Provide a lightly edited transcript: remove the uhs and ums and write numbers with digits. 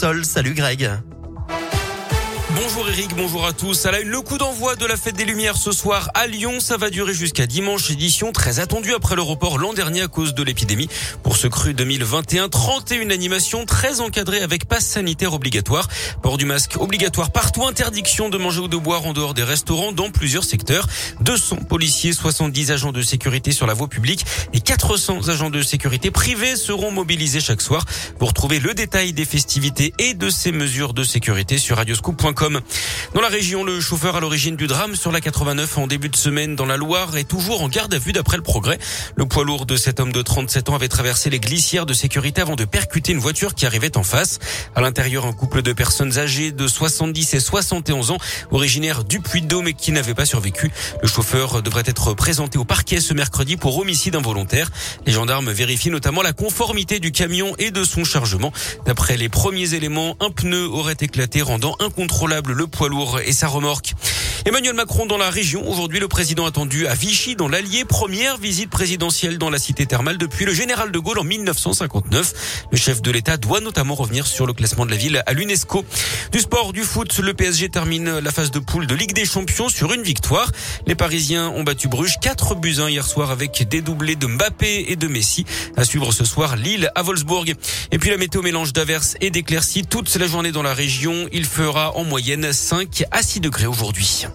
sol. Salut Greg. Bonjour Eric, bonjour à tous. À la une, le coup d'envoi de la Fête des Lumières ce soir à Lyon. Ça va durer jusqu'à dimanche, édition très attendue après le report l'an dernier à cause de l'épidémie. Pour ce cru 2021, 31 animations très encadrées avec passe sanitaire obligatoire. Port du masque obligatoire partout, interdiction de manger ou de boire en dehors des restaurants dans plusieurs secteurs. 200 policiers, 70 agents de sécurité sur la voie publique et 400 agents de sécurité privés seront mobilisés chaque soir. Vous retrouvez le détail des festivités et de ces mesures de sécurité sur radioscoop.com. Dans la région, le chauffeur à l'origine du drame sur la 89 en début de semaine dans la Loire est toujours en garde à vue d'après le Progrès. Le poids lourd de cet homme de 37 ans avait traversé les glissières de sécurité avant de percuter une voiture qui arrivait en face. À l'intérieur, un couple de personnes âgées de 70 et 71 ans, originaires du Puy-de-Dôme et qui n'avaient pas survécu. Le chauffeur devrait être présenté au parquet ce mercredi pour homicide involontaire. Les gendarmes vérifient notamment la conformité du camion et de son chargement. D'après les premiers éléments, un pneu aurait éclaté, rendant incontrôlable le poids lourd et sa remorque. Emmanuel Macron dans la région. Aujourd'hui, le président attendu à Vichy, dans l'Allier. Première visite présidentielle dans la cité thermale depuis le général de Gaulle en 1959. Le chef de l'État doit notamment revenir sur le classement de la ville à l'UNESCO. Du sport, du foot, le PSG termine la phase de poule de Ligue des Champions sur une victoire. Les Parisiens ont battu Bruges 4-1 hier soir avec des doublés de Mbappé et de Messi. À suivre ce soir, Lille à Wolfsburg. Et puis la météo, mélange d'averses et d'éclaircies toute la journée dans la région. Il fera en moyenne 5 à 6 degrés aujourd'hui.